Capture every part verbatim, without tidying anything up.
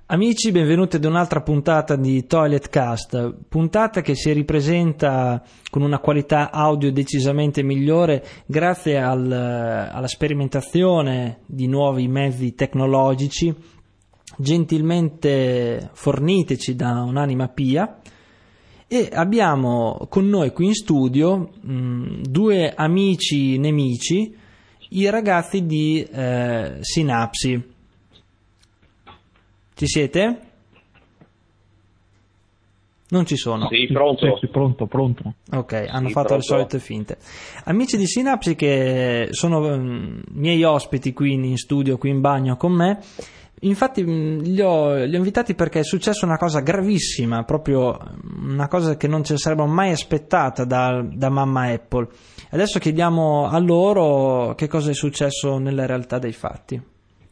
Amici, benvenuti ad un'altra puntata di Toiletcast, puntata che si ripresenta con una qualità audio decisamente migliore grazie al, alla sperimentazione di nuovi mezzi tecnologici gentilmente forniteci da un'anima pia, e abbiamo con noi qui in studio mh, due amici nemici, i ragazzi di eh, Synapsi. Ci siete? Non ci sono. Sì, pronto. Sì, pronto, pronto. Ok, hanno sì, fatto pronto. le solite finte. Amici di Synapsi che sono um, miei ospiti qui in studio, qui in bagno con me. Infatti li ho, li ho invitati perché è successa una cosa gravissima, proprio una cosa che non ci sarebbero mai aspettata da, da mamma Apple. Adesso chiediamo a loro che cosa è successo nella realtà dei fatti.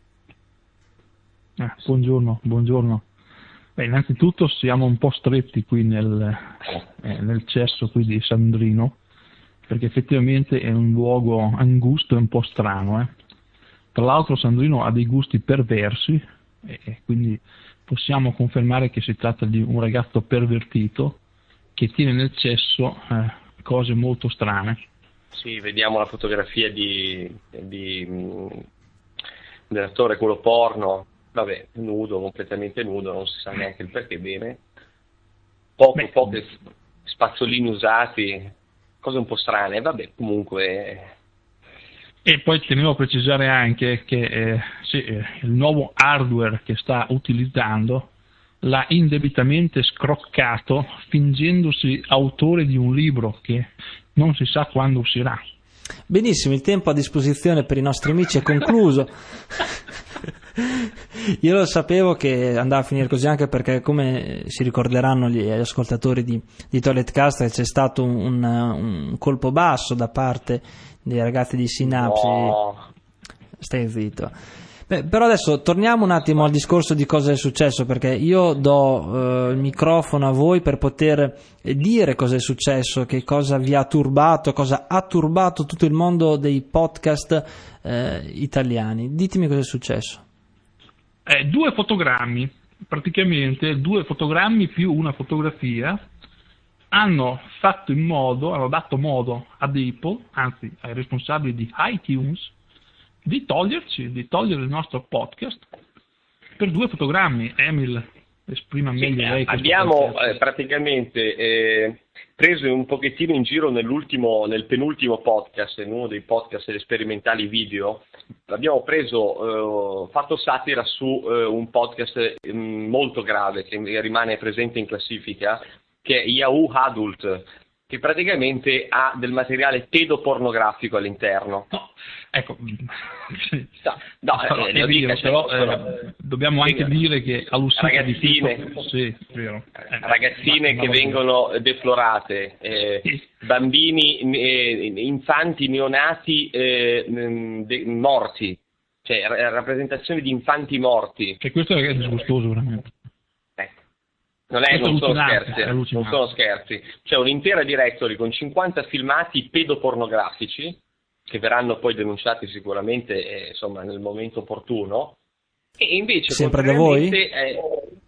Eh, buongiorno, buongiorno. Beh, innanzitutto siamo un po' stretti qui nel, eh, nel cesso qui di Sandrino, perché effettivamente è un luogo angusto e un po' strano. Eh. Tra l'altro Sandrino ha dei gusti perversi, e quindi possiamo confermare che si tratta di un ragazzo pervertito che tiene nel cesso eh, cose molto strane. Sì, vediamo la fotografia di, di dell'attore, quello porno. Vabbè, nudo, completamente nudo, non si sa neanche il perché bene. Poco, Beh, pochi spazzolini usati, cose un po' strane, vabbè, comunque. E poi tenevo a precisare anche che eh, sì, eh, il nuovo hardware che sta utilizzando l'ha indebitamente scroccato fingendosi autore di un libro che non si sa quando uscirà. Benissimo, il tempo a disposizione per i nostri amici è concluso. Io lo sapevo che andava a finire così, anche perché, come si ricorderanno gli ascoltatori di, di Toiletcast, c'è stato un, un colpo basso da parte dei ragazzi di Synapsi. No. Stai zitto. Beh, però adesso torniamo un attimo al discorso di cosa è successo, perché io do eh, il microfono a voi per poter dire cosa è successo, che cosa vi ha turbato, cosa ha turbato tutto il mondo dei podcast eh, italiani. Ditemi cosa è successo. Eh, due fotogrammi, praticamente due fotogrammi più una fotografia, hanno fatto in modo, hanno dato modo ad Apple, anzi ai responsabili di iTunes, di toglierci, di togliere il nostro podcast per due fotogrammi. Emil, esprima Sì, meglio lei. abbiamo eh, praticamente eh, preso un pochettino in giro nell'ultimo, nel penultimo podcast, in uno dei podcast sperimentali video, abbiamo preso, eh, fatto satira su eh, un podcast eh, molto grave che rimane presente in classifica, che è Yahoo Adult, che praticamente ha del materiale pedopornografico all'interno. No, ecco, no, no, però, eh, è dica, vero, però sono, eh, dobbiamo anche vengono, dire che all'uscita ragazzine, di tutto, sì, vero. Eh, ragazzine ma, che ma vengono deflorate, eh, sì. bambini, eh, infanti neonati eh, de, morti, cioè ra- rappresentazioni di infanti morti. E questo è disgustoso veramente. Non, è, non, sono scherzi, è non sono scherzi, c'è un'intera directory con cinquanta filmati pedopornografici che verranno poi denunciati sicuramente eh, insomma, nel momento opportuno, e invece sempre da voi? Eh,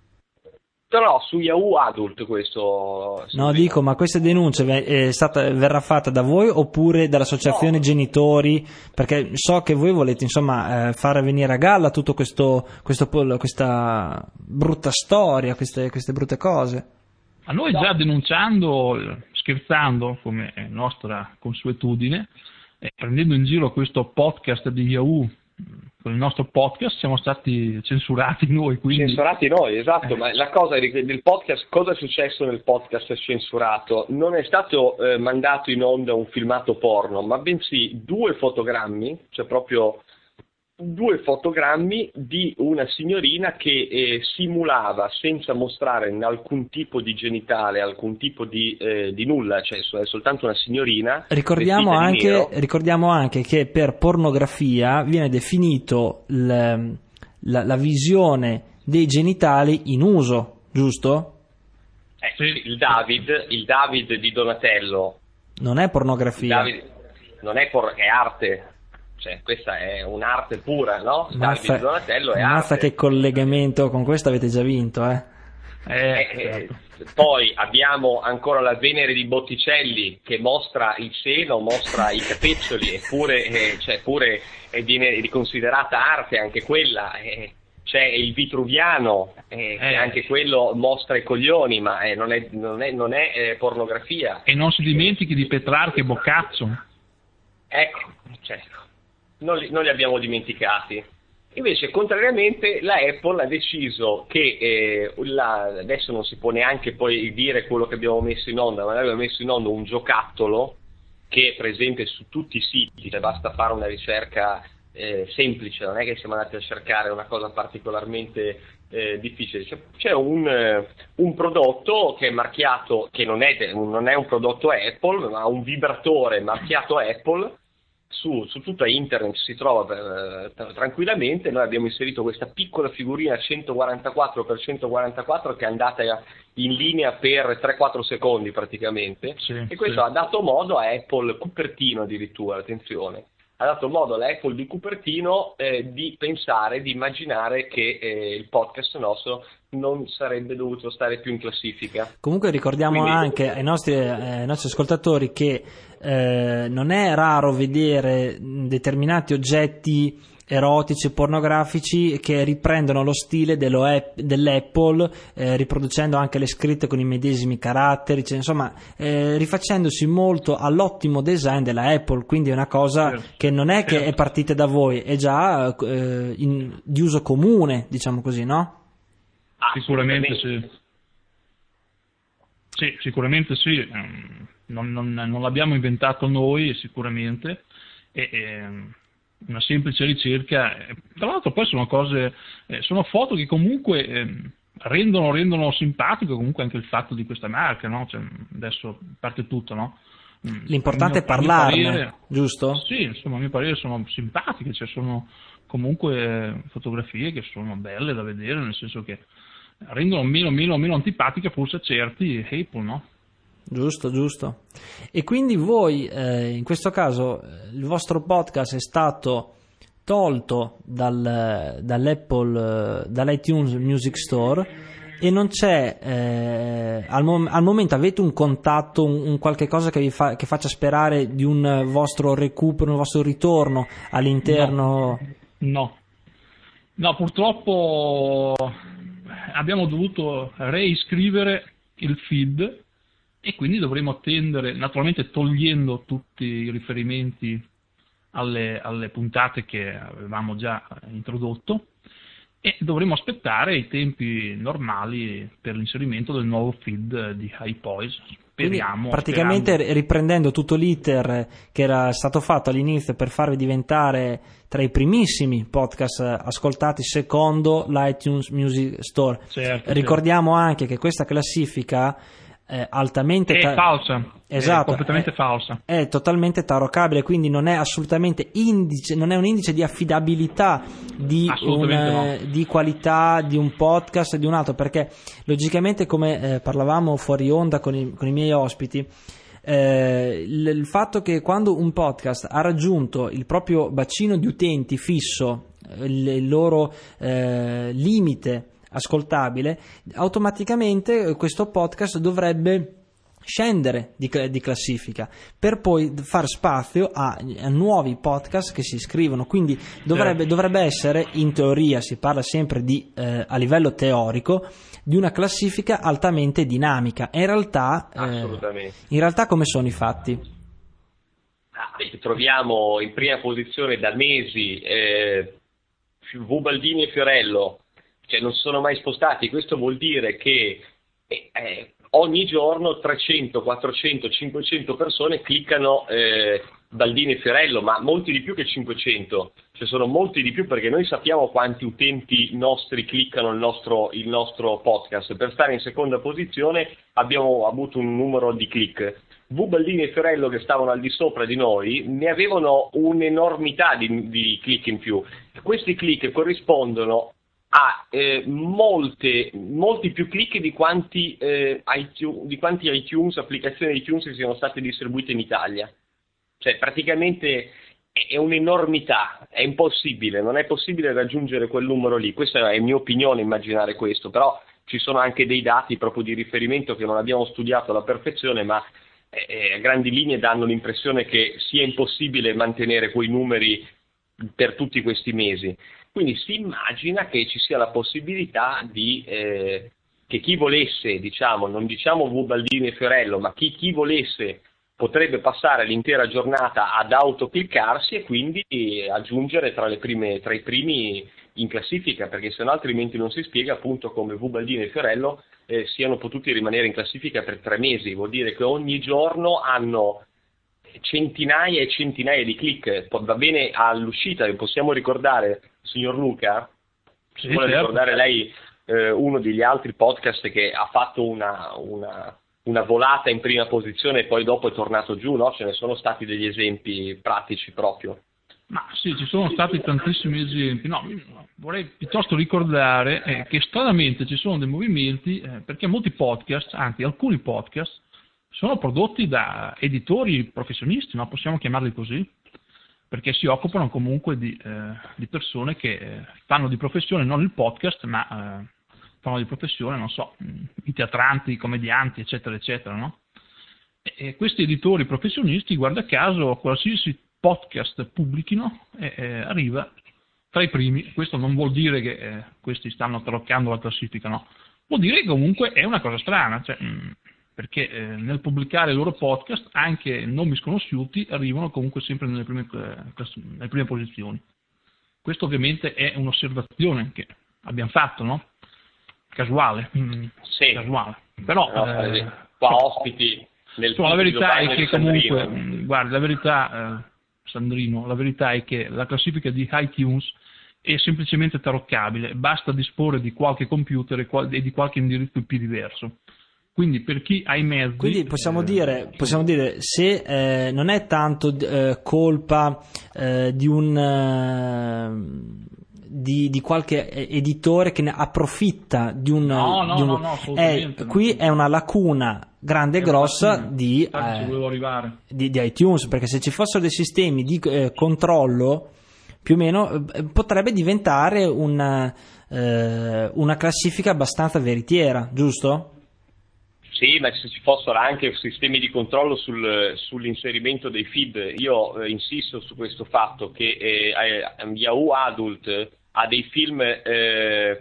no, su Yahoo Adult questo. No, dico, ma queste denunce è stata, verrà fatta da voi oppure dall'associazione no. genitori? Perché so che voi volete insomma eh, far venire a galla tutto questo, questo questa brutta storia, queste, queste brutte cose. A noi già denunciando, scherzando come è nostra consuetudine, eh, prendendo in giro questo podcast di Yahoo, con il nostro podcast siamo stati censurati noi. Quindi... Censurati noi, esatto, eh. ma la cosa del podcast, cosa è successo nel podcast censurato? Non è stato eh, mandato in onda un filmato porno, ma bensì due fotogrammi, cioè proprio due fotogrammi di una signorina che eh, simulava, senza mostrare alcun tipo di genitale, alcun tipo di, eh, di nulla, cioè è soltanto una signorina. Ricordiamo anche, ricordiamo anche che per pornografia viene definito l, la, la visione dei genitali in uso, giusto? Eh, sì. il David, il David di Donatello non è pornografia. David, non è, por- è arte. cioè questa è un'arte pura, no? Mazza, Davide Donatello è mazza arte. che collegamento, con questo avete già vinto, eh? Eh, Eh, certo. eh, poi abbiamo ancora la Venere di Botticelli che mostra il seno, mostra i capeccioli, eppure eh, cioè, pure eh, viene considerata arte anche quella. Eh, c'è il Vitruviano, eh, che Eh. anche quello mostra i coglioni, ma eh, non è, non è, non è eh, pornografia. E non si dimentichi di Petrarca e Boccaccio. Ecco, certo, non li, non li abbiamo dimenticati. Invece, contrariamente, la Apple ha deciso che, eh, la, adesso non si può neanche poi dire quello che abbiamo messo in onda, ma noi abbiamo messo in onda un giocattolo che è presente su tutti i siti, cioè basta fare una ricerca eh, semplice, non è che siamo andati a cercare una cosa particolarmente eh, difficile. C'è, c'è un, eh, un prodotto che è marchiato, che non è, non è un prodotto Apple, ma un vibratore marchiato Apple. Su, su tutta internet si trova per, per, tranquillamente. Noi abbiamo inserito questa piccola figurina centoquarantaquattro per centoquarantaquattro che è andata in linea per tre quattro secondi praticamente, Sì, e questo sì. ha dato modo a Apple Cupertino, addirittura, attenzione, ha dato modo alla Apple di Cupertino eh, di pensare, di immaginare che eh, il podcast nostro non sarebbe dovuto stare più in classifica. Comunque ricordiamo Quindi- anche ai nostri, eh, ai nostri ascoltatori che eh, non è raro vedere determinati oggetti erotici, pornografici che riprendono lo stile dello app, dell'Apple, eh, riproducendo anche le scritte con i medesimi caratteri, cioè, insomma eh, rifacendosi molto all'ottimo design della Apple, quindi è una cosa Certo, che non è che certo. è partita da voi, è già eh, in, di uso comune, diciamo così, no? Sicuramente Assolutamente. sì. Sì, sicuramente sì. ehm, Non, non- non l'abbiamo inventato noi, sicuramente. E, ehm, una semplice ricerca. eh, Tra l'altro poi sono cose, eh, sono foto che comunque ehm, rendono, rendono simpatico comunque anche il fatto di questa marca, no? Cioè, adesso parte tutto, no? Mm, L'importante a è mio- a mio parlarne, parere- giusto? Sì, insomma, a mio parere sono simpatiche, cioè sono comunque eh, fotografie che sono belle da vedere, nel senso che rendono meno, meno, meno antipatiche forse a certi Apple, no? Giusto, giusto. E quindi voi, eh, in questo caso, eh, il vostro podcast è stato tolto dal, dall'Apple, eh, dall'iTunes Music Store e non c'è, eh, al, mom- al momento avete un contatto, un, un qualche cosa che vi fa- che faccia sperare di un vostro recupero, un vostro ritorno all'interno? No, no, purtroppo abbiamo dovuto reiscrivere il feed e quindi dovremo attendere, naturalmente togliendo tutti i riferimenti alle, alle puntate che avevamo già introdotto, e dovremo aspettare i tempi normali per l'inserimento del nuovo feed di iPoise. Quindi Speriamo, praticamente sperando. riprendendo tutto l'iter che era stato fatto all'inizio per farvi diventare tra i primissimi podcast ascoltati secondo l'iTunes Music Store. Certo, Ricordiamo anche che questa classifica è altamente È ta- falsa, esatto, è completamente è, falsa. è totalmente tarocabile, quindi non è assolutamente indice, non è un indice di affidabilità di, Assolutamente un, no. eh, di qualità di un podcast e di un altro, perché logicamente, come eh, parlavamo fuori onda con i, con i miei ospiti, eh, il, il fatto che quando un podcast ha raggiunto il proprio bacino di utenti fisso, il, il loro eh, limite ascoltabile, automaticamente questo podcast dovrebbe scendere di, di classifica per poi far spazio a, a nuovi podcast che si iscrivono, quindi dovrebbe, Certo. dovrebbe essere, in teoria, si parla sempre di eh, a livello teorico, di una classifica altamente dinamica, e in realtà eh, Assolutamente. in realtà come sono i fatti? Ah, ci troviamo in prima posizione da mesi, eh, V. Baldini e Fiorello, cioè non si sono mai spostati. Questo vuol dire che eh, eh, ogni giorno trecento, quattrocento, cinquecento persone cliccano eh, Baldini e Fiorello, ma molti di più che cinquecento, cioè sono molti di più, perché noi sappiamo quanti utenti nostri cliccano il nostro, il nostro podcast. Per stare in seconda posizione abbiamo avuto un numero di click. V. Baldini e Fiorello, che stavano al di sopra di noi, ne avevano un'enormità di, di click in più. Questi click corrispondono a eh, molte, molti più click di quanti, eh, iTunes, di quanti iTunes, applicazioni iTunes, siano state distribuite in Italia. Cioè praticamente è un'enormità, è impossibile, non è possibile raggiungere quel numero lì. Questa è mia opinione, immaginare questo, però ci sono anche dei dati proprio di riferimento che non abbiamo studiato alla perfezione, ma eh, a grandi linee danno l'impressione che sia impossibile mantenere quei numeri per tutti questi mesi. Quindi si immagina che ci sia la possibilità di eh, che chi volesse, diciamo, non diciamo V. Baldini e Fiorello, ma chi, chi volesse potrebbe passare l'intera giornata ad autocliccarsi e quindi aggiungere tra, le prime, tra i primi in classifica, perché se no altrimenti non si spiega appunto come V. Baldini e Fiorello eh, siano potuti rimanere in classifica per tre mesi. Vuol dire che ogni giorno hanno centinaia e centinaia di click. Va bene all'uscita, possiamo ricordare, signor Luca, sì, vuole certo. ricordare lei eh, uno degli altri podcast che ha fatto una, una, una volata in prima posizione e poi dopo è tornato giù, no? Ce ne sono stati degli esempi pratici proprio. Ma sì, ci sono stati tantissimi esempi. No, vorrei piuttosto ricordare eh, che stranamente ci sono dei movimenti, eh, perché molti podcast, anzi alcuni podcast, sono prodotti da editori professionisti, no? Possiamo chiamarli così, perché si occupano comunque di, eh, di persone che eh, fanno di professione non il podcast, ma eh, fanno di professione, non so, i teatranti, i commedianti, eccetera, eccetera, no? E, e questi editori professionisti, guarda caso, qualsiasi podcast pubblichino eh, eh, arriva tra i primi. Questo non vuol dire che eh, questi stanno taroccando la classifica, no? Vuol dire che comunque è una cosa strana, cioè, mh, perché eh, nel pubblicare i loro podcast anche nomi sconosciuti arrivano comunque sempre nelle prime, eh, nelle prime posizioni. Questo ovviamente è un'osservazione che abbiamo fatto, no? Casuale, mh, sì. casuale. Però no, eh, qua so, ospiti nel so, la verità è che comunque, Sandrino. guarda, la verità, eh, Sandrino, la verità è che la classifica di iTunes è semplicemente taroccabile, basta disporre di qualche computer e, qual- e di qualche indirizzo I P diverso. Quindi per chi ha i mezzi... Quindi possiamo eh, dire, possiamo dire se eh, non è tanto eh, colpa eh, di un eh, di, di qualche editore che ne approfitta di un... No, no, di un no, no, assolutamente. è, qui è una lacuna grande e grossa lacuna. di, Infatti ci eh, volevo arrivare. di, di iTunes, perché se ci fossero dei sistemi di eh, controllo più o meno eh, potrebbe diventare una, eh, una classifica abbastanza veritiera, giusto? Sì, ma se ci fossero anche sistemi di controllo sul, sull'inserimento dei feed, io eh, insisto su questo fatto che eh, Yahoo Adult ha dei film, eh,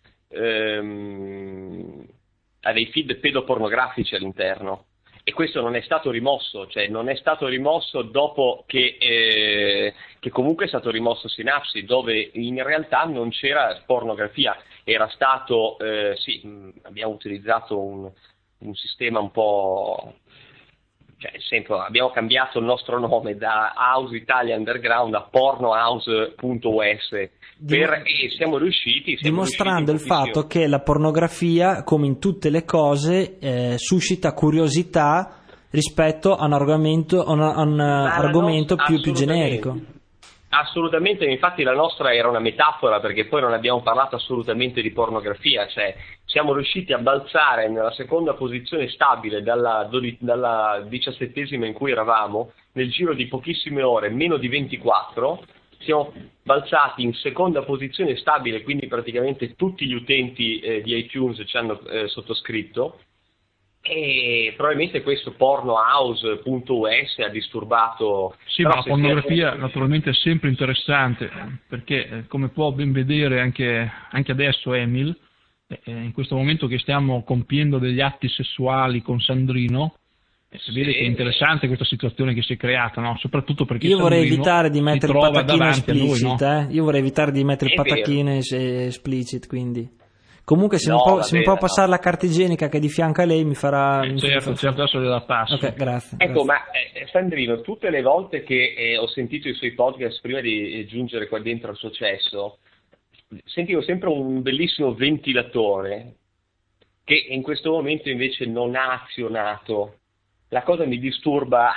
ehm, ha dei feed pedopornografici all'interno e questo non è stato rimosso, cioè non è stato rimosso dopo che, eh, che comunque è stato rimosso Synapse, dove in realtà non c'era pornografia, era stato, eh, sì, abbiamo utilizzato un un sistema un po', cioè sempre, abbiamo cambiato il nostro nome da House Italia Underground a pornohouse punto u s per, e siamo riusciti siamo dimostrando riusciti il fatto che la pornografia, come in tutte le cose, eh, suscita curiosità rispetto a un argomento, a un, a un argomento nostra, più, più generico. Assolutamente, infatti la nostra era una metafora, perché poi non abbiamo parlato assolutamente di pornografia, cioè siamo riusciti a balzare nella seconda posizione stabile dalla, dalla diciassettesima in cui eravamo, nel giro di pochissime ore, meno di ventiquattro, siamo balzati in seconda posizione stabile, quindi praticamente tutti gli utenti eh, di iTunes ci hanno eh, sottoscritto, e probabilmente questo pornohouse punto u s ha disturbato. Sì, ma la pornografia naturalmente è sempre interessante, perché eh, come può ben vedere anche, anche adesso Emil, eh, in questo momento che stiamo compiendo degli atti sessuali con Sandrino, eh, si vede che è interessante questa situazione che si è creata, no? Soprattutto perché io vorrei Sandrino evitare di mettere il patachino explicit, noi, no? eh? Io vorrei evitare di mettere è il patachino explicit, quindi comunque se, no, mi, può, se mi può no. passare la carta igienica che è di fianco a lei mi farà... Eh, mi certo, fa... certo, adesso gliela passo. Ok, grazie. Ecco, grazie. ma eh, Sandrino, tutte le volte che eh, ho sentito i suoi podcast prima di giungere qua dentro al successo, sentivo sempre un bellissimo ventilatore che in questo momento invece non ha azionato. La cosa mi disturba,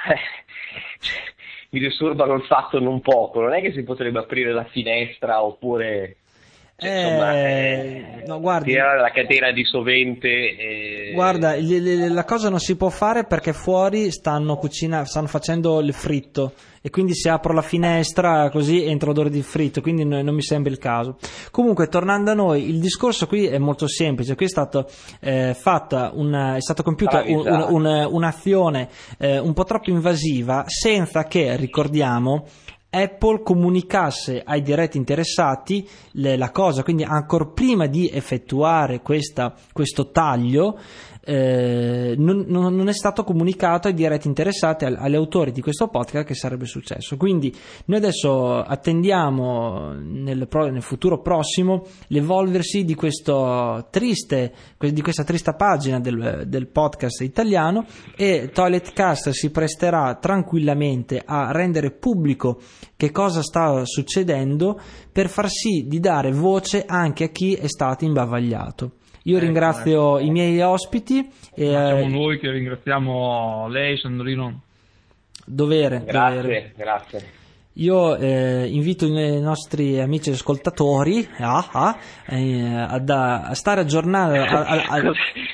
mi disturba col fatto non poco, non è che si potrebbe aprire la finestra oppure... Insomma, Eh, eh, no, guardi, tirare la catena di sovente. eh, guarda, gli- gli- la cosa non si può fare perché fuori stanno cucina, stanno facendo il fritto e quindi se apro la finestra così entra l'odore di fritto, quindi no- non mi sembra il caso. Comunque, tornando a noi, il discorso qui è molto semplice. Qui è stato eh, fatta una, è stata compiuta un- un- Paralizzato. un- un'azione eh, un po' troppo invasiva senza che, ricordiamo, Apple comunicasse ai diretti interessati le- la cosa, quindi ancora prima di effettuare questa- questo taglio eh, non, non- non è stato comunicato ai diretti interessati, al- agli autori di questo podcast, che sarebbe successo. Quindi noi adesso attendiamo nel, pro- nel futuro prossimo l'evolversi di questo triste, di questa trista pagina del, del podcast italiano, e ToiletCast si presterà tranquillamente a rendere pubblico che cosa sta succedendo, per far sì di dare voce anche a chi è stato imbavagliato. Io Ecco, ringrazio i miei ospiti e Ma siamo eh, noi che ringraziamo lei, Sandrino. dovere, Grazie, dovere. grazie. Io eh, invito i nostri amici ascoltatori ah, ah, eh, ad- a stare aggiornati. a- a- a-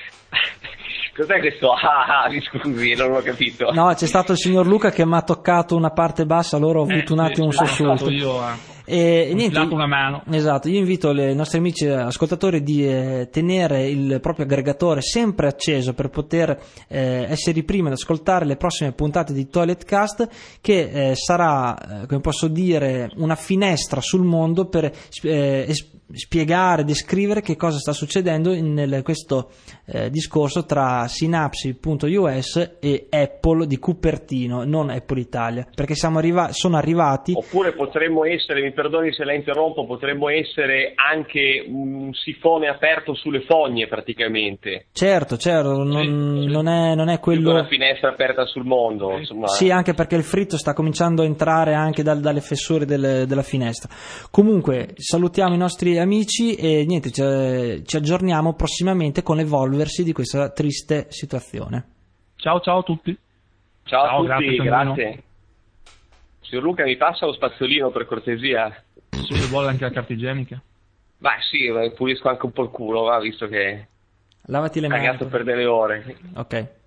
Cos'è questo? Ah, ah, mi scusi, non ho capito. No, c'è stato il signor Luca che mi ha toccato una parte bassa, allora ho avuto Eh, un attimo un sì, sussulto. sono stato io a- E ho niente, dato una mano. esatto, io invito i nostri amici ascoltatori di eh, tenere il proprio aggregatore sempre acceso per poter eh, essere i primi ad ascoltare le prossime puntate di ToiletCast, che eh, sarà, eh, come posso dire, una finestra sul mondo per eh, es- spiegare, descrivere che cosa sta succedendo in nel- questo eh, discorso tra Synapse punto U S e Apple di Cupertino, non Apple Italia, perché siamo arriva- sono arrivati. Oppure potremmo essere, mi perdoni se la interrompo, potremmo essere anche un sifone aperto sulle fogne praticamente. Certo, certo, non, Sì, sì. non è, non è Più che quello. una finestra aperta sul mondo, insomma. Sì, anche perché il fritto sta cominciando a entrare anche dal- dalle fessure del- della finestra. Comunque, salutiamo i nostri amici e niente, ci, ci aggiorniamo prossimamente con l'evolversi di questa triste situazione. Ciao ciao a tutti. Ciao, Ciao, a grazie, tutti, Sandrino. grazie. Signor Luca, mi passa lo spazzolino per cortesia? Se vuole anche la carta igienica. Beh sì, pulisco anche un po' il culo, va, visto che Lavati le è mani. cagato per delle ore. Ok.